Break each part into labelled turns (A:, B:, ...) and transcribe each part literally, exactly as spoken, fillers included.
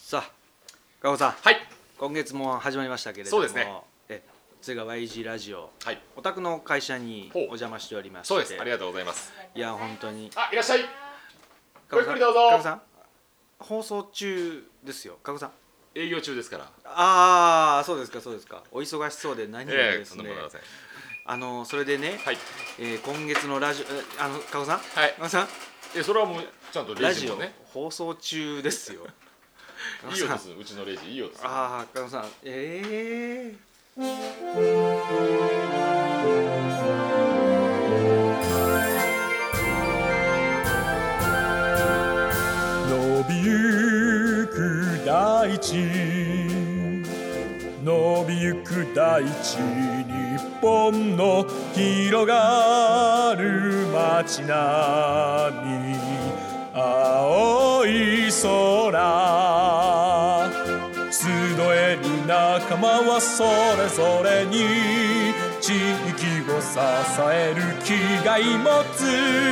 A: さあ加護さん、
B: はい、
A: 今月も始まりましたけれども、
B: そうですね。
A: えそれが ワイジー ラジオ、
B: はい、
A: お宅の会社にお邪魔しておりまして、
B: そうです。ありがとうございます。
A: いや本当に。
B: あ、いらっしゃい。
A: 加護さん、
B: どうぞ。
A: 加護さん、放送中ですよ。加護さん。
B: 営業中ですから。
A: ああ、そうですかそうですか。お忙しそうで何よりですね。
B: えー、そ
A: あのそれでね、
B: はい、
A: えー、今月のラジオ、あの加護さん、
B: はい、
A: 加護さん、
B: えそれはもうちゃんとレジもね。
A: ラジオ放送中ですよ。
B: いいよです。うちのレジいいよです。
A: ああ、加護さん、ええー。
C: 伸びゆく大地、伸びゆく大地、日本の広がる街並み、青い空、集える仲間はそれぞれに地域を支える気概持つ、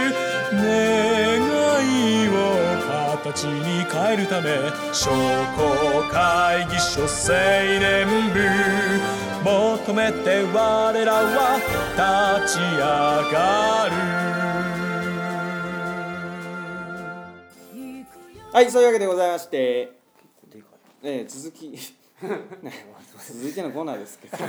C: 願いを形に変えるため、商工会議所青年部求めて我らは立ち上が
A: る。はい、そういうわけでございまして、えー、続き続いてのコーナーですけど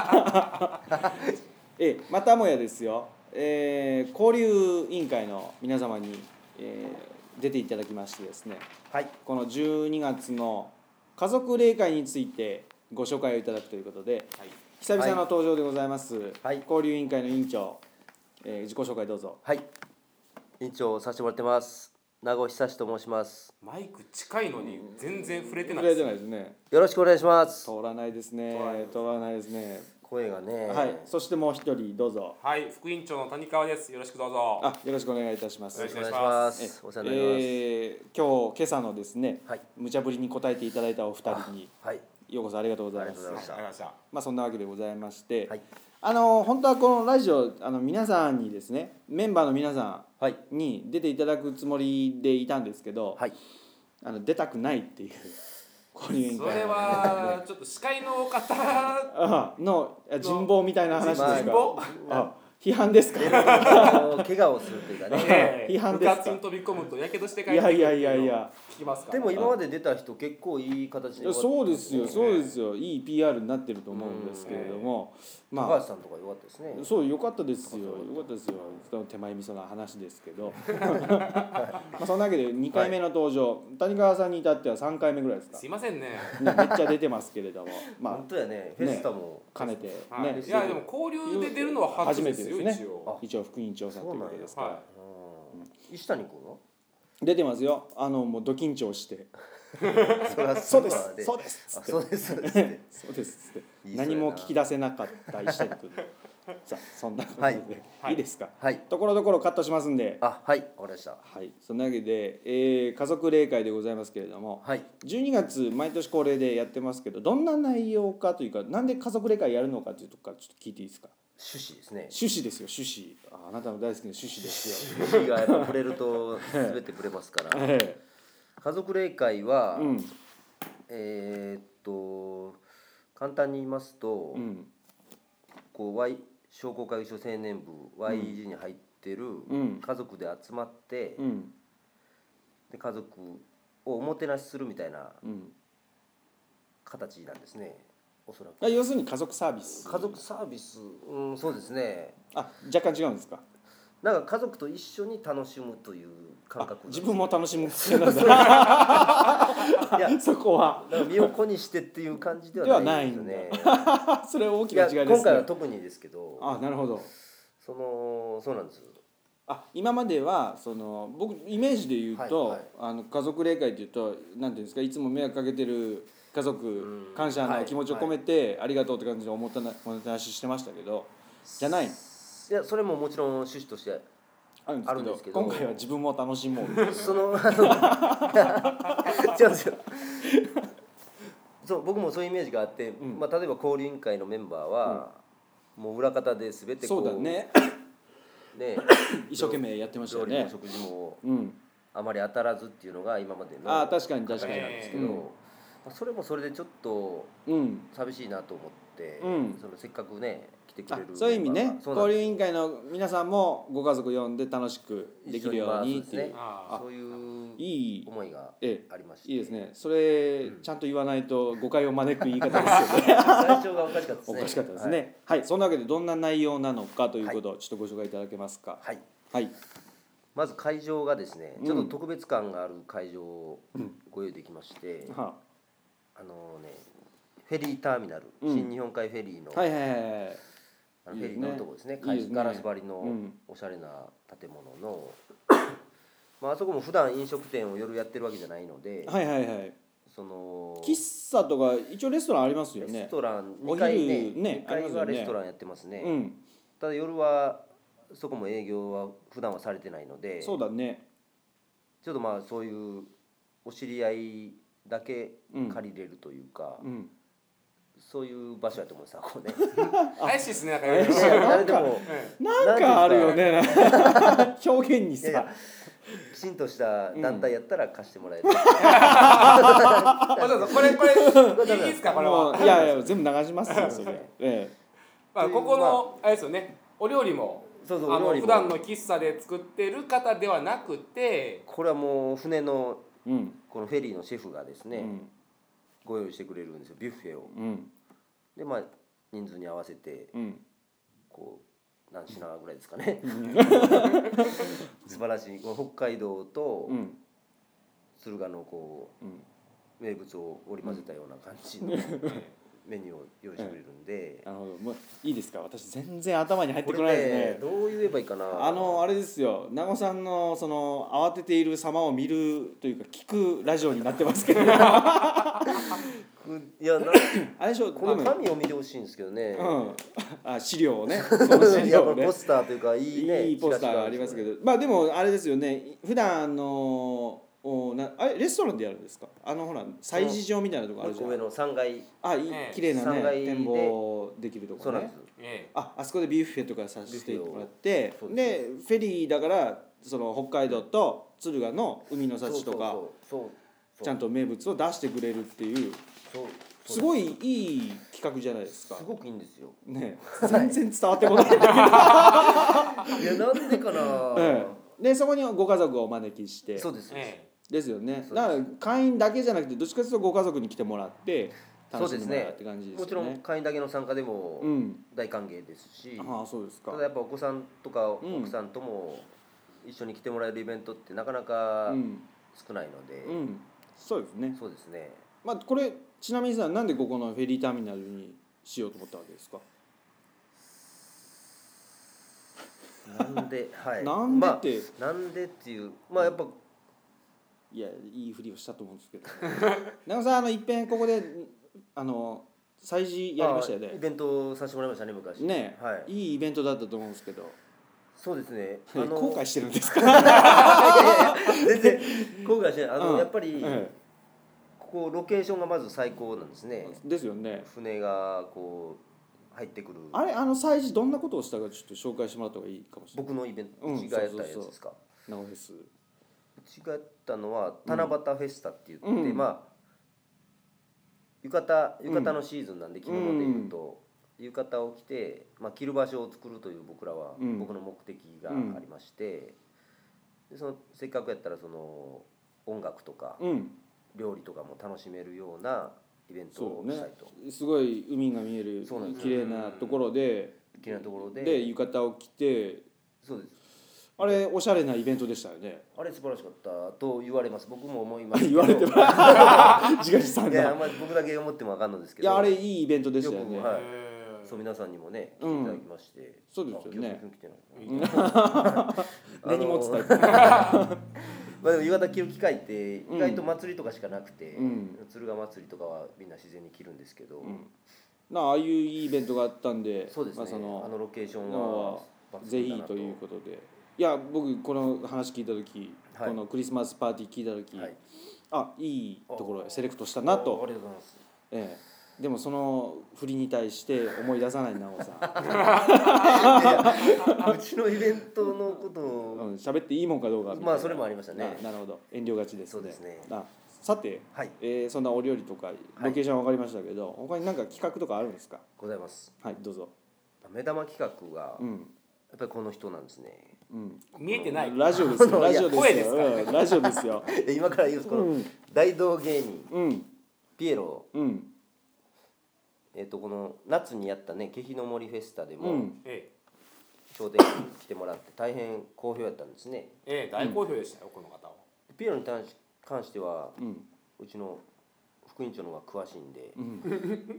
A: えー、またもやですよ、えー、交流委員会の皆様に、えー、出ていただきましてですね、はい、このじゅうにがつの家族例会についてご紹介をいただくということで、はい、久々の登場でございます、はい、交流委員会の委員長、えー、自己紹介どうぞ。
D: はい、委員長をさせてもらってます名護久志と申します。
E: マイク近いのに全然触れてない
A: ですね。触れてないですね。
D: よろしくお願いします。
A: 通らないですね。通らないですね。
D: 声がね。
A: はい。そしてもう一人どうぞ。
E: はい、副委員長の谷川です。よろしくどうぞ。
A: あ、よろしくお願いいたします。
D: よろしくお願いします。お世話になります。
A: えー、今日今朝のですね、はい、無茶ぶりに答えていただいたお二人に、はい、ようこそありがとうございます。
D: ありがとうございました。
A: まあそんなわけでございまして、はい、あの本当はこのラジオあの皆さんにですね、メンバーの皆さんに出ていただくつもりでいたんですけど、はい、あの出たくないっていう
E: 交流委員会。それはちょっと司会の方
A: の人望みたいな話ですか。
E: 人望？
A: あ、批判ですか。
D: 怪我をするというかね。
A: 批判ですか。
E: 部活に飛び込むとやけどして帰
A: ってくる。いやいやいやいや。
E: 聞きますか。
D: でも今まで出た人結構いい形で。
A: そうですよそうですよ。いい ピーアール になってると思うんですけれども、
D: まあ高橋さんとか良かったですね。
A: そう良かったですよ。良かったですよ。その手前味噌な話ですけど。まあそんなわけでにかいめの登場、谷川さんに至ってはさんかいめぐらいですか。
E: すいませんね。
A: めっちゃ出てますけれども、
D: まあ本当やね。フェスタも
A: 兼ねてね。
E: いやでも交流で出るのは初めてですね。
A: 一応副委員長さんということですから。
D: 石谷君は
A: 出てますよ。あのもうド緊張して。
D: そう
A: ですそうです
D: そうですそうです
A: そうです何も聞き出せなかった石谷君。さあそんなことでいいですか。ところどころカットしますんで。
D: あ、はい、わかりました。
A: はい、そんなわけで、えー、家族例会でございますけれども、はい、じゅうにがつ毎年恒例でやってますけど、どんな内容かというか、なんで家族例会やるのかというとこからちょっと聞いていいですか。
D: 趣旨ですね。
A: 趣旨ですよ、趣旨。あ、あなたの大好きな趣旨ですよ。
D: 趣旨がやっぱ触れると全て触れますから。ええ、家族例会は、うん、えー、っと簡単に言いますと、うん、こう Y 商工会議所青年部 ワイジー に入ってる家族で集まって、うん、で家族をおもてなしするみたいな形なんですね。おそらく。
A: 要するに家族サービス。
D: 家族サービス、うん、そうですね。
A: あ、若干違うんですか。
D: なんか家族と一緒に楽しむという感覚。
A: 自分も楽しむっていうのだ。いやそこは。
D: なんか身を粉にしてっていう感じではないですよね。
A: それは大きな違いですね。
D: 今回は特にですけど。
A: あ、なるほど。
D: そのそうなんです。
A: あ、今まではその僕イメージで言うと、はいはい、あの家族例会っていうとなんていうんですか、いつも迷惑かけてる家族感謝の気持ちを込めてありがとうって感じでおもてなししてましたけど、じゃない。
D: いや、それももちろん趣旨としてあるんですけど、
A: 今回は自分も楽しもう。
D: そのあの違うんですよ。そう僕もそういうイメージがあって、うん、まあ、例えば交流委員会のメンバーは、うん、もう裏方で全てこう、
A: そうだね。ね一生懸命やってましたよね。
D: 食事も、うん、あまり当たらずっていうのが今までの
A: あ、確かに確かに
D: なんですけど、 それもそれでちょっと寂しいなと思って、うん、そのせっかくね来てくれる
A: そういう意味ね交流委員会の皆さんもご家族呼んで楽しくできるようにっていう、
D: そういう思いがありまして、
A: いいですね。それちゃんと言わないと誤解を招く言い方ですよね。
D: 最初がおかしかったですね。
A: おかしかったですね。はい、はい、そんなわけでどんな内容なのかということをちょっとご紹介いただけますか。
D: はい。
A: はい。
D: まず会場がですね、ちょっと特別感がある会場をご用意できまして、うん、あのね、フェリーターミナル、うん、新日本海フェリーの、
A: はいはいはいはい、
D: あのフェリーのとこですね、いいですね、ガラス張りのおしゃれな建物の、まあ、あそこも普段飲食店を夜やってるわけじゃないので、
A: はいはいはい、
D: その
A: 喫茶とか一応レストランありますよね。
D: レストランにかいね、ねにかいはレストランやってますね。うん、ただ夜はそこも営業は普段はされてないので、
A: そうだね。
D: ちょっとまあそういうお知り合いだけ借りれるというか、うんうん、そういう場所やと思うんですよ、こうね。
E: 怪しいですね、なんか。
D: 誰でも
A: なんかあるよね。表現にさ。
D: きちんとした団体やったら貸してもらえる。
E: これこれいいですか、これは。
A: いやいや全部流しますよそれ。ええ。
E: まあここのあれですよね、お料理も。そうそう、あの普段の喫茶で作ってる方ではなくて、
D: これはもう船のこのフェリーのシェフがですね、うん、ご用意してくれるんですよ、ビュッフェを。うん、でまあ人数に合わせて、うん、こう何品ぐらいですかね。素晴らしい、この北海道と敦賀のこう、うん、名物を織り交ぜたような感じの。メニューを用意してくれるんで、
A: なるほど、もういいですか。私全然頭に入ってこないですね。
D: ね、どう言えばいいかな。
A: あのあれですよ、名護さんのその慌てている様を見るというか聞くラジオになってますけど。いや
D: な、あれでしょ、この紙を見てほしいんですけどね。うん、
A: あ資料をね。その資料をね。
D: ポスターというかいいね。
A: いいポスターがありますけど、まあでもあれですよね。普段あのおなあれレストランでやるんですか。あのほら催事場みたいなとこあるじゃん。
D: 上のさんがい、
A: あいい綺麗なね展望できるところね。ああそこでビュッフェとかさせてもらって、でフェリーだからその北海道と敦賀の海の幸とかちゃんと名物を出してくれるっていう、すごいいい企画じゃないですか。
D: すごくいいんですよ。
A: ね全然伝わってこない。いや
D: なんでかな。
A: でそこにご家族をお招きして。
D: そうです。
A: ですよね。だから会員だけじゃなくてどっちかというとご家族に来てもらって楽しんでもらうって感じですよね。
D: もちろん会員だけの参加でも大歓迎ですし、うん、
A: ああそうですか。
D: ただやっぱお子さんとか奥さんとも一緒に来てもらえるイベントってなかなか少ないので、うんうん、
A: そうですね。
D: そうですね。
A: まあこれちなみにさ、なんでここのフェリーターミナルにしようと思ったわけですか。
D: なんで、はい。
A: なんでって、
D: まあ、なんでっていう、まあやっぱ。
A: いやいいふりをしたと思うんですけど、長さんあのいっぺんここであの催事やりましたよね。
D: イベントさせてもらいましたね昔
A: ね、はい、いいイベントだったと思うんですけど。
D: そうですね、
A: あの後悔してるんですか。
D: 全然後悔してない。あの、うん、やっぱり、うん、ここロケーションがまず最高なんですね。
A: ですよね。
D: 船がこう入ってくる。
A: あれあの催事どんなことをしたかちょっと紹介してもらった方がいいかもしれない。
D: 僕のイベント、うん、違ったやつですか。
A: 名古屋フェス。
D: 違ったのは七夕フェスタって言って、うん、まあ浴衣浴衣のシーズンなんで着物でいうと、うん、浴衣を着て、まあ、着る場所を作るという僕らは、うん、僕の目的がありまして、うん、でそのせっかくやったらその音楽とか、うん、料理とかも楽しめるようなイベントをしたいと、
A: ね、すごい海が見える綺麗なところで
D: 綺麗なところで
A: で浴衣を着て、
D: そうです。
A: あれおしゃれなイベントでしたよね。
D: あれ素晴らしかったと言われます。僕も思いますけど。
A: 言われてます自画自賛だ。
D: いや、あんまり僕だけ思っても分かんないんですけど。
A: いやあれいいイベントでしたよね。
D: はい、そう皆さんにもね来ていただきまして、うん、
A: そうですよね。
D: 根に持つタイプ。まあでも浴衣着る機会って意外と祭りとかしかなくて、うん、敦賀祭りとかはみんな自然に着るんですけど、うん、
A: なああいういいイベントがあったんで、
D: そうですね。まあ、そのあのロケーションは
A: ぜひということで。いや僕この話聞いた時、はい、このクリスマスパーティー聞いた時、はい、あいいところセレクトしたなと。
D: ありがとうございます。
A: ええ、でもその振りに対して思い出さない直さん。
D: うちのイベントのことを
A: 喋、うん、っていいもんかどうかみたいな。
D: まあそれもありましたね。
A: なるほど、遠慮がちですね。
D: そうですね。
A: あさて、はいえー、そんなお料理とかロケーションは分かりましたけど、はい、他に何か企画とかあるんですか？
D: ございます。
A: はいどうぞ。
D: 目玉企画が、うん、やっぱりこの人なんですね。
E: うん、見えてない。
A: ラジオですよ。ラジオですよ。
E: 声ですからね。
A: ラジオですよ。
D: 今から言うんです。この大道芸人、うん、ピエロ、うん、えっとこの夏にやったね気比の森フェスタでも、うん、頂点に来てもらって大変好評やったんですね。
E: ええ大好評でしたよ、うん、この方は。
D: ピエロに関しては、うん、うちの副委員長の方が詳しいんで、うん、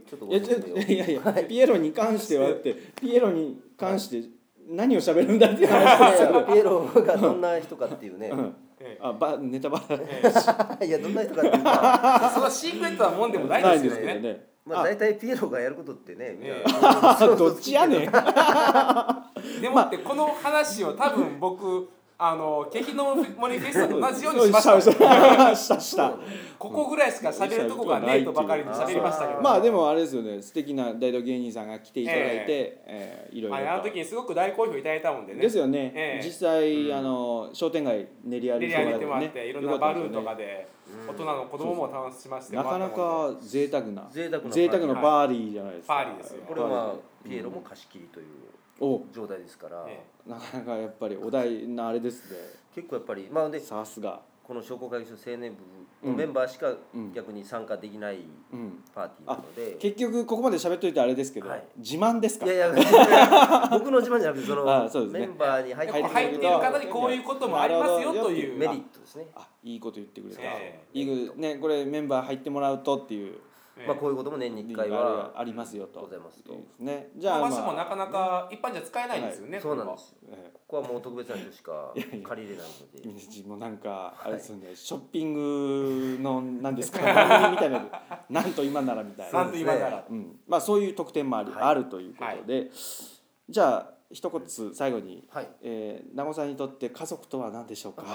D: ちょっとご説明を。
A: いやいや、はい、ピエロに関してはってピエロに関して何を喋るんだっていう話
D: でピエロがどんな人かっていうね、うん、
A: あばネタバレ
D: いやどんな人かっていうか
E: そのシークレットなもんでもないですよね。
D: ねまあ大体ピエロがやることってね、
A: えー、どっちやねん
E: でもってこの話を多分僕あのケヒの森フェスタと同じようにしました、
A: したした
E: ここぐらいしか喋るとこがねえとばかりに喋りましたけど、
A: まあでもあれですよね、素敵な大道芸人さんが来ていただいて、えーえー、いろいろと
E: あの時にすごく大好評いただいたもんでね。
A: ですよね、えー、実際、うん、あの商店街練り歩いて
E: もらって、ね、いろんなバルーンとかで大人の子供も楽しませてもらったもんで、
A: なかなか贅沢な
D: 贅沢な
A: 贅沢のパーリーじゃないですか。
E: パーリーですよ。
D: これはピエロも貸し切りという状態ですから、え
A: え、なかなかやっぱりお題なあれですね。
D: 結構やっぱりまあで
A: さすが
D: この商工会議所青年部のメンバーしか逆に参加できないパーティーなので、うんうん、
A: 結局ここまで喋っといてあれですけど、はい、自慢ですか？
D: いやいや僕の自慢じゃなくてそのそ、ね、メンバーに入っている
E: 入っている方にこういうこともありますよという
D: メリットですね。
A: あ、いいこと言ってくれた、えー、いいね、これメンバー入ってもらうとっていう、
D: まあこういうことも年にいっかいは
A: ありますよと
D: ございますと。
A: ね。
E: じゃあ、まあ、場所もなかなか一般じゃ使えないんですよね。
D: はい、そうなんです。ここはもう特別な人しか借りれないので。
A: もうなんかあれですよね、はい、ショッピングのなんですか番組みたいななんと今ならみたいな。
E: なんと今なら。
A: うん。まあそういう特典もある、はい、あるということで、はい、じゃあ一言最後に、はい、えー、名護さんにとって家族とは何でしょうか？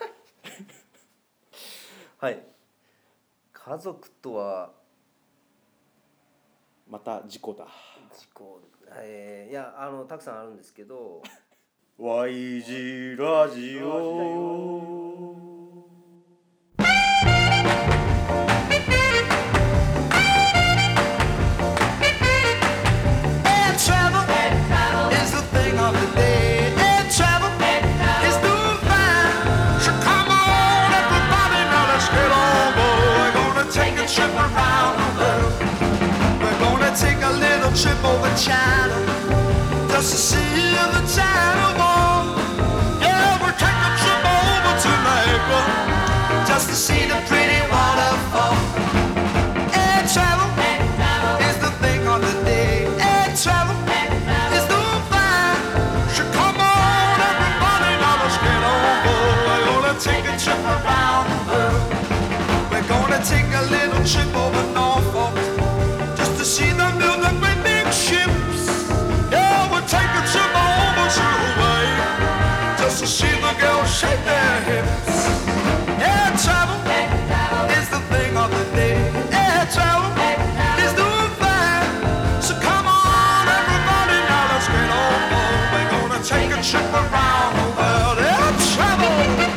D: はい。家族とは
A: また事故だ。
D: 事故、えー、いやあのたくさんあるんですけど。
A: ワイジラジオ。
C: Trip over China just to see the China Wall. Yeah, we'll take a trip over to Niagara just to see the pretty waterfall. Air travel is the thing of the day. Air travel is doing fine. So come on, everybody, now let's get on board. We're gonna take a trip around the world. We're gonna take a little trip over Norfolk just to see the building ships. Yeah, we'll take a trip over to Hawaii just to see the girls shake their hips. Air travel is the thing of the day. Air travel is doing fine. So come on, everybody, now let's get on board. We're gonna take a trip around the world. Air travel.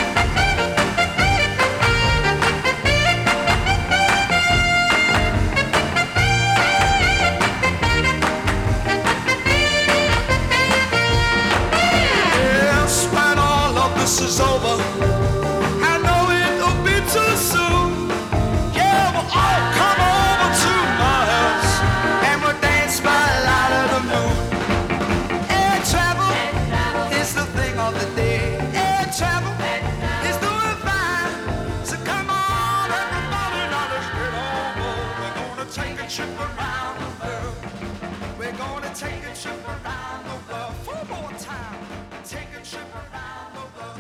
C: Is over. I know it'll be too soon. Yeah, we'll all come over to my house and we'll dance by the light of the moon. Air travel is the thing of the day. Air travel is doing fine. So come on, everybody, now let's get on board. We're gonna take a trip around the world. We're gonna take a trip around the world. Four more times. Take a trip around the world.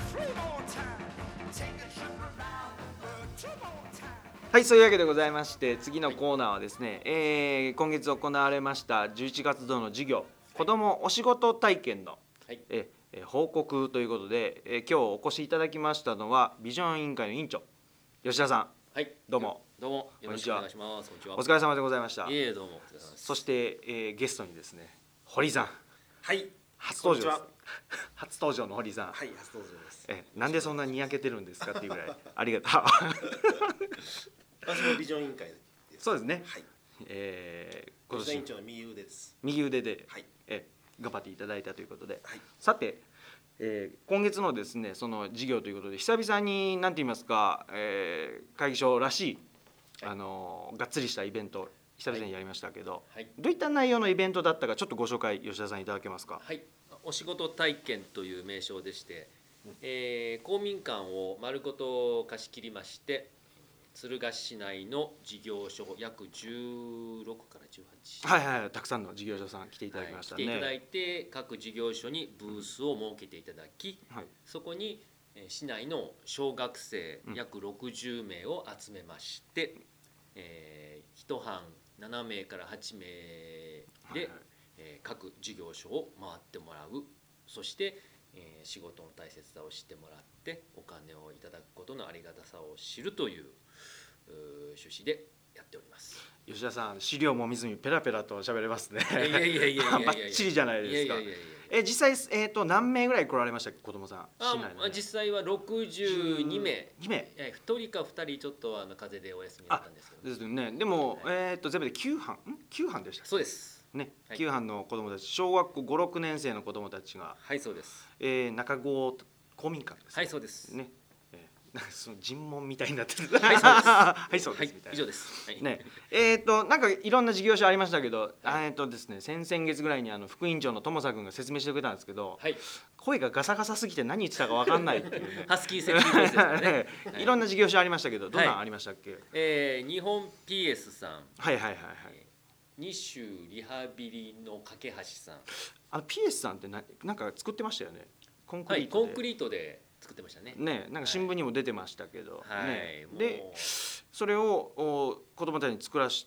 A: はい、そういうわけでございまして次のコーナーはですね、えー、今月行われましたじゅういちがつ度の授業子どもお仕事体験の、はい、ええ報告ということで、え今日お越しいただきましたのはビジョン委員会の委員長吉田さん、
F: はい、
A: どうも
F: どうもよろしくお願いします。
A: お疲れ様でございました。
F: いえどうもお疲れ様です。
A: そして、えー、ゲストにですね堀さん、
F: はい、
A: 初登場です。 初登場の堀さん。
G: はい、初登場です。
A: えなんでそんなにやけてるんですかっていうぐらいありがとう。
G: 私もビジョン委員会です。
A: そうですね。
G: はい。 えー、今年ビジョン委員長の右腕です。
A: 右腕で、はい、え頑張っていただいたということで、はい、さて、えー、今月のですねその事業ということで久々に何て言いますか、えー、会議所らしい、はい、あのがっつりしたイベント久々にやりましたけど、はい、どういった内容のイベントだったかちょっとご紹介吉田さんいただけますか。
F: はい、お仕事体験という名称でして、えー、公民館を丸ごと貸し切りまして敦賀市内の事業所約じゅうろくからじゅうはち、
A: はいはい、たくさんの事業所さん来ていただきましたね、
F: はい、来ていただいて各事業所にブースを設けていただき、はい、そこに市内の小学生約ろくじゅうめいを集めまして、うんえー、一班ななめいからはちめいで、はいはいえー、各事業所を回ってもらう。そして、えー、仕事の大切さを知ってもらってお金をいただくことのありがたさを知るという趣旨でやっております。
A: 吉田さん資料も見ずにペラペラと喋れますね。
F: いやいやいやいや
A: バッチリじゃないですか。え実際えっ、ー、と何名ぐらい来られましたっけ子供さん。
F: あ市内の、ね、実際はろくじゅうにめい。
A: にめい。
F: ひとりかふたりちょっとあの風邪でお休みだったんですけど。
A: ですね。でも、はい、えっ、ー、と全部できゅうはんんきゅうはんでしたっけ。
F: そうです。
A: ね、はい、きゅうはんの子どもたち小学校ご、ろくねんせいの子どもたちが
F: はいそうです、
A: えー、中郷公民館ですね
F: はいそうです
A: ね、えー、なんかその尋問みたいになってる
F: はいそうです
A: はいそうです、はい、みたいな
F: 以上です、はい、
A: ねえっ、ー、となんかいろんな事業所ありましたけど、はい、えっ、ー、とですね先々月ぐらいにあの副委員長の友佐君が説明してくれたんですけど、はい、声がガサガサすぎて何言ってたか分かんないっていうね
F: ハスキーセクシーボイスですからね、
A: はい、いろんな事業所ありましたけどどんなのありましたっけ。はい、
F: えー、日本 ピーエス さん
A: はいはいはいはい、
F: 日州リハビリの架橋さん
A: あの ピーエス さんってななんか作ってましたよねコンクリートで、
F: はい、コンクリートで作ってましたね
A: ねなんか新聞にも出てましたけど、
F: はい
A: ね、
F: はい、
A: でそれをお子どもたちに作らして、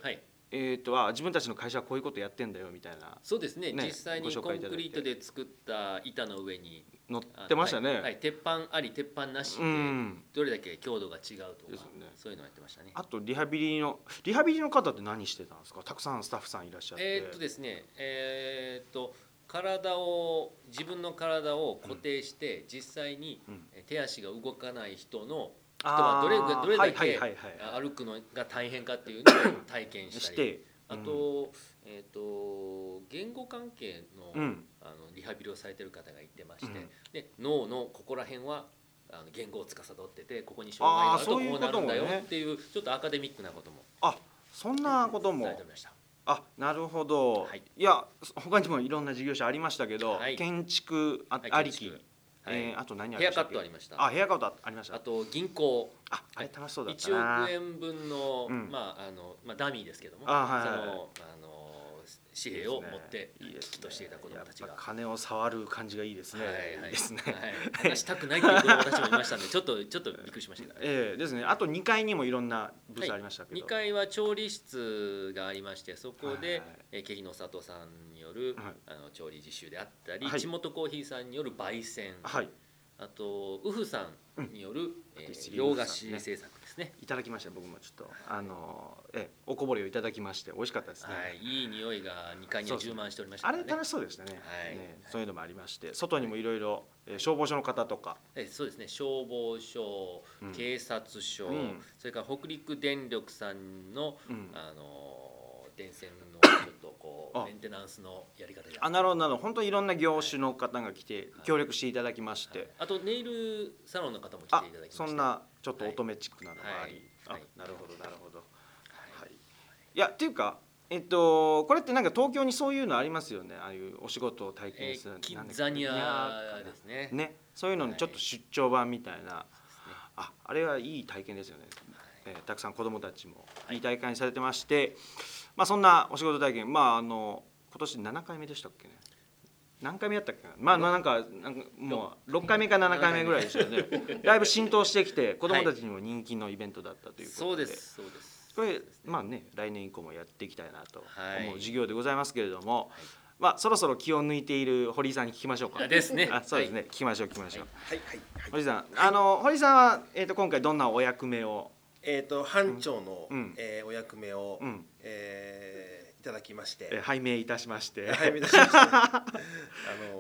A: はいえー、とあ自分たちの会社はこういうことやってんだよみたいな。
F: そうですね、ね実際にコンクリートで作った板の上に
A: 乗ってましたね、
F: はいはい、鉄板あり鉄板なしでどれだけ強度が違うとか、うんね、そういうのをやってましたね。
A: あとリハビリのリハビリの方って何してたんですか。たくさんスタッフさんいらっしゃって。
F: えー、っとですねえー、っと体を自分の体を固定して、うん、実際に手足が動かない人の人はどれどれだけ歩くのが大変かっていうのを体験したりあと、うんえー、と言語関係 の,、うん、あのリハビリをされてる方がいてまして、うん、で脳のここら辺はあの言語を司っててここに障害があるとこうなるんだよっていうちょっとアカデミックなことも
A: あそんなことも
F: 伝えておりました。
A: あなるほど、はい、いや他にもいろんな事業者ありましたけど、はい、建築 あ,、はい、ありき、はいえー、あと何ありましたっけ。
F: ヘアカットありました。
A: あヘアカットありました。
F: あと銀行
A: ああれ楽しそうだっ
F: たな。いちおくえんぶんの、うん、まああのまあダミーですけども、
A: あ、はいはいはい、
F: そのあの紙幣を持って危機としていた子どもたちが、
A: 金を触る感じがいいですね。はいはい、ですね。
F: はい、話したくないっていう子どもたちもいましたんで、ちょっとちょっとびっくりしましたけど。
A: ええー、ですね。あとにかいにもいろんなブースありましたけど、
F: はい、にかいは調理室がありまして、そこでケヒの里さんによる、はい、あの調理実習であったり、はい、地元コーヒーさんによる焙煎、はい、あとウフさんによる、うんえー、洋菓子製作ですね。
A: いただきました。僕もちょっとあのえおこぼれをいただきまして美味しかったですね。
F: はい、いい匂いがにかいには充満しておりました、ね、
A: あれ楽しそうでしたね。はい、ねそういうのもありまして、外にもいろいろ消防署の方とか、
F: えそうですね。消防署、うん、警察署、うん、それから北陸電力さんの、うん、あの電線のちょっとこうメンテナンスのやり方
A: あなるほどなるほど。本当にいろんな業種の方が来て協力していただきまして、はいはい、
F: あとネイルサロンの方も来ていただきまして、
A: そんなちょっと乙女チックなのがあり、はいはい、あなるほどなるほど、はい、いやっていうかえっとこれってなんか東京にそういうのありますよね。ああいうお仕事を体験する、
F: えー、キッザニアですね。
A: ねそういうのにちょっと出張版みたいな、はい、ああれはいい体験ですよね。はいえー、たくさん子どもたちもいい大会にされてまして、はいまあ、そんなお仕事体験、まあ、あの今年ななかいめでしたっけね。何回目やったっけな、まあ、まあなんかなんかもうろっかいめかななかいめぐらいでしたよね。だいぶ浸透してきて子どもたちにも人気のイベントだったということで、
F: そうですそうです。
A: これまあね来年以降もやっていきたいなと思う事業でございますけれども、はいまあ、そろそろ気を抜いている堀井さんに聞きましょうか。
F: ですね。
A: あそうですね、はい、聞きましょう聞きましょう。
G: はいはいはい、
A: 堀井さん、あの堀井さんは、えー、と今回どんなお役目を
G: えー、と班長の、うんえー、お役目を、うんえー、いただきまして、
A: えー、拝命いたしまして
G: 拝命いたしましてあの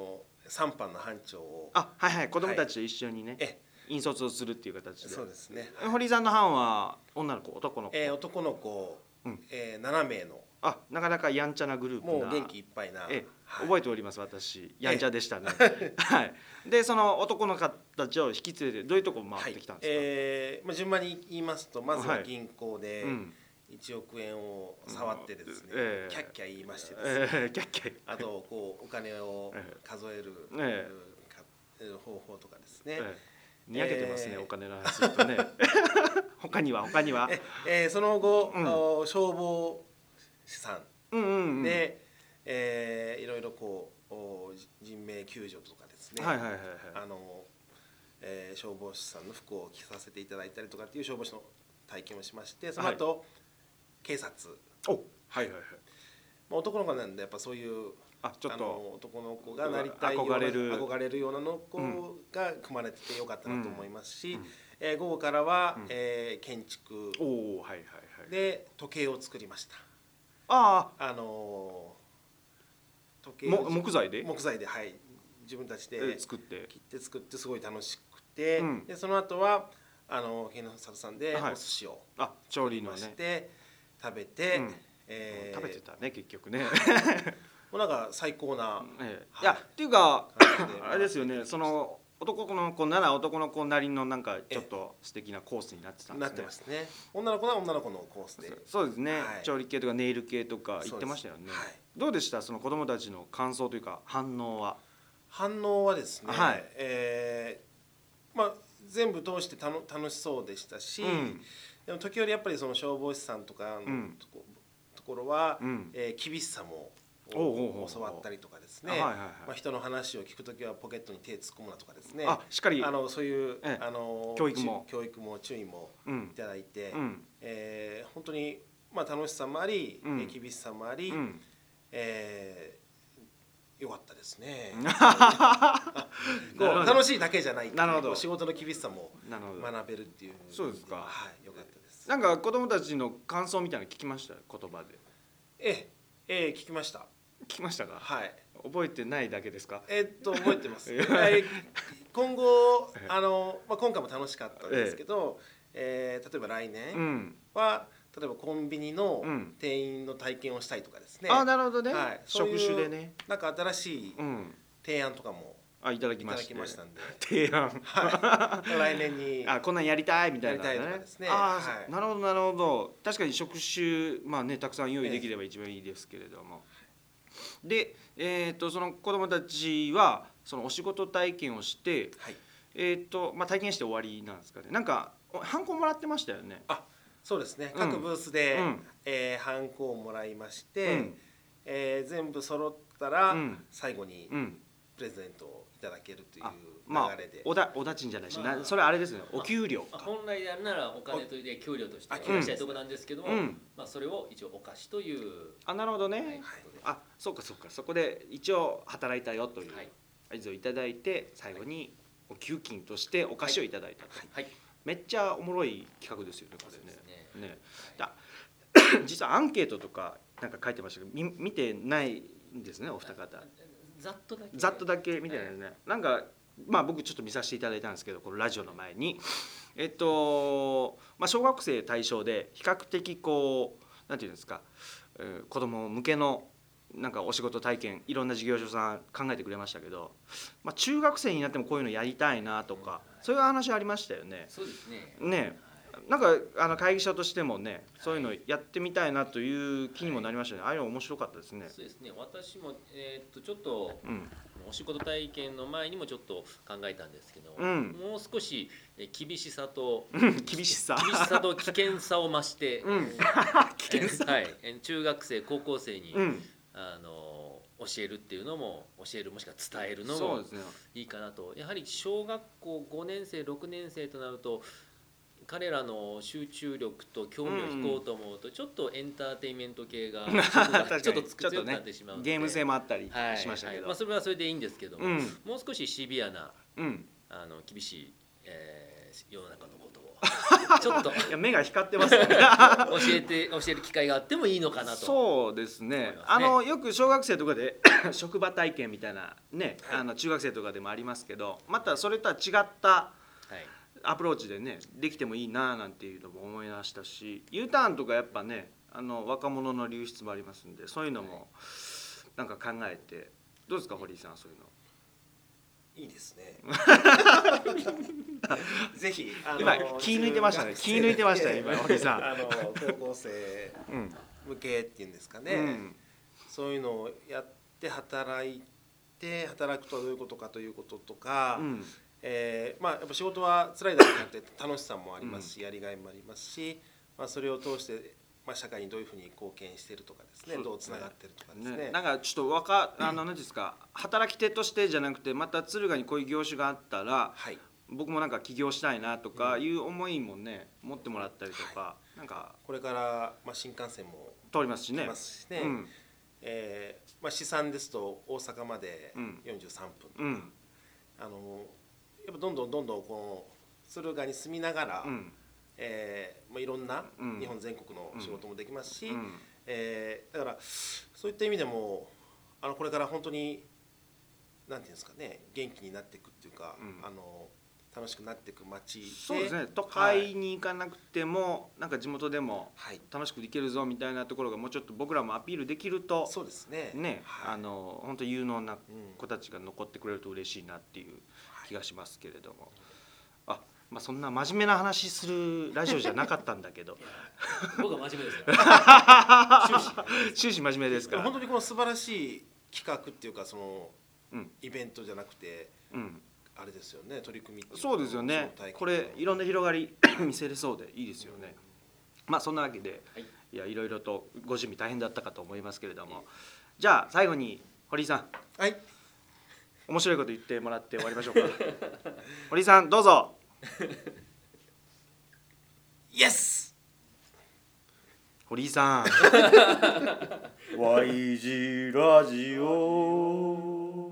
G: 三班の班長を
A: あはいはい子供たちと一緒にね、はい、引率をするっていう形で
G: そうですね、
A: はい、堀井さんの班は女の子男の子、
G: えー、男の子、うんえー、ななめいの
A: あなかなかやんちゃなグループな
G: もう元気いっぱいな、
A: えはい、覚えております私やんちゃでしたね、はい、でその男の子たちを引き連れてどういうとこ回ってきたんですか、
G: はいえーまあ、順番に言いますとまずは銀行で、はいうんいちおくえんを触ってですね、えー、キャッキャ言いましてですね、えー、キャッキャあとこうお金を数える、えー、方法とかですね、えー、
A: にやけてますね、えー、お金の話するとね他には他には
G: え、えー、その後、うん、消防士さんで、うんうんうんえー、いろいろこう人命救助とかですね、はいはいはいはい、あの、えー、消防士さんの服を着させていただいたりとかっていう消防士の体験をしましてその後、はい警察
A: おはいはいはい、
G: まあ、男の子なんでやっぱそういう
A: あちょっと
G: あの男の子がなりたいような
A: 憧れる
G: 憧れるようなの子が組まれててよかったなと思いますし、うんえー、午後からは、うんえー、建築で、
A: おはいはい
G: はい、時計を作りました。
A: あ
G: あの
A: ー、時計を木材で
G: 木材ではい自分たちで
A: 作って
G: 切って作ってすごい楽しくて、うん、でその後はあの県の里さんでお寿司を、
A: はい、あ調理のね
G: 食べて、うん
A: えー、食べてたね結局ね
G: もうなんか最高な、
A: えーはい、いやっていうかあれですよねその男の子なら男の子なりのなんかちょっと素敵なコースになってたんですね。
G: なってますね。女の子は女の子のコースで
A: そうですね、はい、調理系とかネイル系とか言ってましたよね、はい、どうでしたその子供たちの感想というか反応は。
G: 反応はですね、はいえーまあ、全部通してたの楽しそうでしたし、うんでも時折やっぱりその消防士さんとかのと こ,、うん、ところは、うんえー、厳しさも教わったりとかですね、まあ、人の話を聞くときはポケットに手突っ込むなとかですね
A: あしっかり
G: あのそういう、
A: ええ、
G: あの
A: 教育も
G: 教育も注意もいただいて、うんえー、本当に、まあ、楽しさもあり、うん、厳しさもあり、うんえーよかったですねこう楽しいだけじゃない、
A: なるほど
G: 仕事の厳しさも学べるっていう
A: そうですか、
G: はい、よかったです。
A: なんか子供たちの感想みたいなの聞きました言葉で。
G: ええええ聞きました
A: 聞きましたか。
G: はい
A: 覚えてないだけですか。
G: えっと覚えてます今後あの、まあ、今回も楽しかったんですけど、ええー、例えば来年は、うん例えばコンビニの店員の体験をしたいとかですね、
A: うん、あなるほどね、
G: はい、
A: 職種でね
G: なんか新しい提案とかも、
A: うん、あいただきまして
G: いただきましたんで
A: 提案、
G: はい、来年に
A: あこんなんやりたいみたいな、ね、
G: やりたいとかですね
A: あ、はい、なるほどなるほど確かに職種まあねたくさん用意できれば一番いいですけれども、えー、で、えー、とその子どもたちはそのお仕事体験をして、はいえーとまあ、体験して終わりなんですかねなんかハンコもらってましたよね。
G: あそうですね各ブースで、うんえー、ハンコをもらいまして、うんえー、全部揃ったら、うん、最後にプレゼントをいただけるという流れで、まあ、
A: おだおだちんじゃないし、まあ、それあれですねお給料、
F: まあ、本来であるならお金とで給料として給与したいところなんですけども、うんまあ、それを一応お菓子という
A: あなるほどね、はい、あそうかそうかそこで一応働いたよという合図をいただいて最後にお給金としてお菓子をいただいたと、はいはい、めっちゃおもろい企画ですよねこれね。ね、だ実はアンケートとかなんか書いてましたけど見見てないんですねお二方
F: ざっとだけ
A: ざっとだけ見てないですね、はい、なんかまあ僕ちょっと見させていただいたんですけどこのラジオの前にえっと、まあ、小学生対象で比較的こうなんていうんですか、えー、子供向けのなんかお仕事体験いろんな事業所さん考えてくれましたけど、まあ、中学生になってもこういうのやりたいなとか、うん、そういう話ありましたよね。
F: そうですね。
A: ねなんかあの会議所としてもねそういうのやってみたいなという気にもなりましたね、はい、ああいうの面白かったですね。
F: そうですね私も、えー、っとちょっと、うん、お仕事体験の前にもちょっっと考えたんですけど、うん、もう少し厳しさと
A: 厳しさ
F: 厳しさと危険さを増して、うん、危険さ、はい、中学生高校生に、うん、あの教えるっていうのも教えるもしくは伝えるのもいいかなと、やはり小学校ごねん生ろくねん生となると彼らの集中力と興味を引こうと思うとちょっとエンターテインメント系がちょっと強くなってしまうので、
A: ゲーム性もあったりしましたけど、
F: はいはいまあ、それはそれでいいんですけども、うん、もう少しシビアな、うん、あの厳しい、えー、世の中のことをちょっと
A: いや目が光ってますね教
F: えて教える機会があってもいいのかなと。
A: そうですね、ねあのよく小学生とかで職場体験みたいなね、はい、あの中学生とかでもありますけど、またそれとは違ったアプローチでねできてもいいななんていうのも思いましたし、 U ターンとかやっぱねあの若者の流出もありますんで、そういうのもなんか考えてどうですか堀井さん、そういうの
G: いいですねぜひあの
A: 今気抜いてましたね気抜いてましたね今堀井さん
G: あの高校生向けっていうんですかね、うん、そういうのをやって働いて働くとはどういうことかということとか、うんえーまあ、やっぱ仕事は辛いだけじゃなくて楽しさもありますし、うん、やりがいもありますし、まあ、それを通してまあ、社会にどういうふうに貢献しているとかですね、どうつながっているとかですね、
A: ねなんかちょっとわかあの何ですか働き手としてじゃなくてまた敦賀にこういう業種があったら、はい、僕もなんか起業したいなとかいう思いもね持ってもらったりとか、はい、なんか
G: これからまあ新幹線も
A: 通りますしね、
G: ますしね、うんえーまあ、試算ですと大阪までよんじゅうさんぷんとか、うん、あのやっぱどんどんどんどんこの敦賀に住みながら、うんえーまあ、いろんな日本全国の仕事もできますし、うんえー、だからそういった意味でもあのこれから本当になんていうんですかね元気になっていくっていうか、うん、あの楽しくなっていく街で
A: そうですね都会に行かなくても、はい、なんか地元でも楽しくできるぞみたいなところがもうちょっと僕らもアピールできると
G: そうですね
A: ね、はい、あの本当有能な子たちが残ってくれると嬉しいなっていう気がしますけれども、はい、あまあ、そんな真面目な話するラジオじゃなかったんだけど
F: 僕は真面目ですから
A: 終始真面目ですから
G: 本当にこの素晴らしい企画っていうかその、うん、イベントじゃなくて、うん、あれですよね取り組みっていう
A: そうですよねこれいろんな広がり見せれそうでいいですよね、うん、まあそんなわけで、はい、いやいろいろとご準備大変だったかと思いますけれども、じゃあ最後に堀井さん
G: はい
A: 面白いこと言ってもらって終わりましょうか堀井さんどうぞ
G: イエス
A: 堀井さんワイジラジオ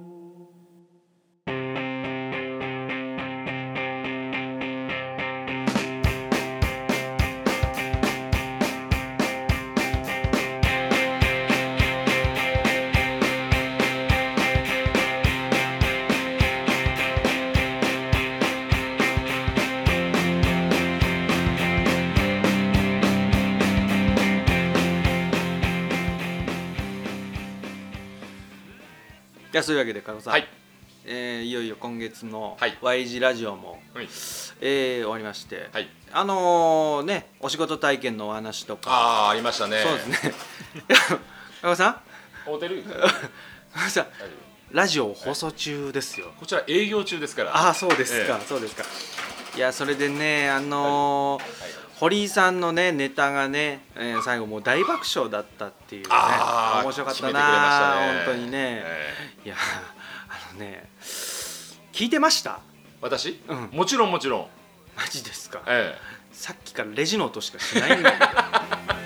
A: そういうわけで加藤さん、はいえー、いよいよ今月の ワイジ ラジオも、はいえー、終わりまして、はい、あのー、ねお仕事体験のお話とか
B: ああありましたね
A: そうですね加藤さん
B: ホテル
A: 加藤さんラジオ放送中ですよ、
B: はい、こちら営業中ですから
A: ああそうですか、えー、そうですかいやそれでねあのーはいはい堀井さんのねネタがね、えー、最後もう大爆笑だったっていうね面白かったな、ね、本当にね、えー、いやあのね聞いてました
B: 私、うん、もちろんもちろん
A: マジですか、
B: えー、
A: さっきからレジの音しかしないんだよ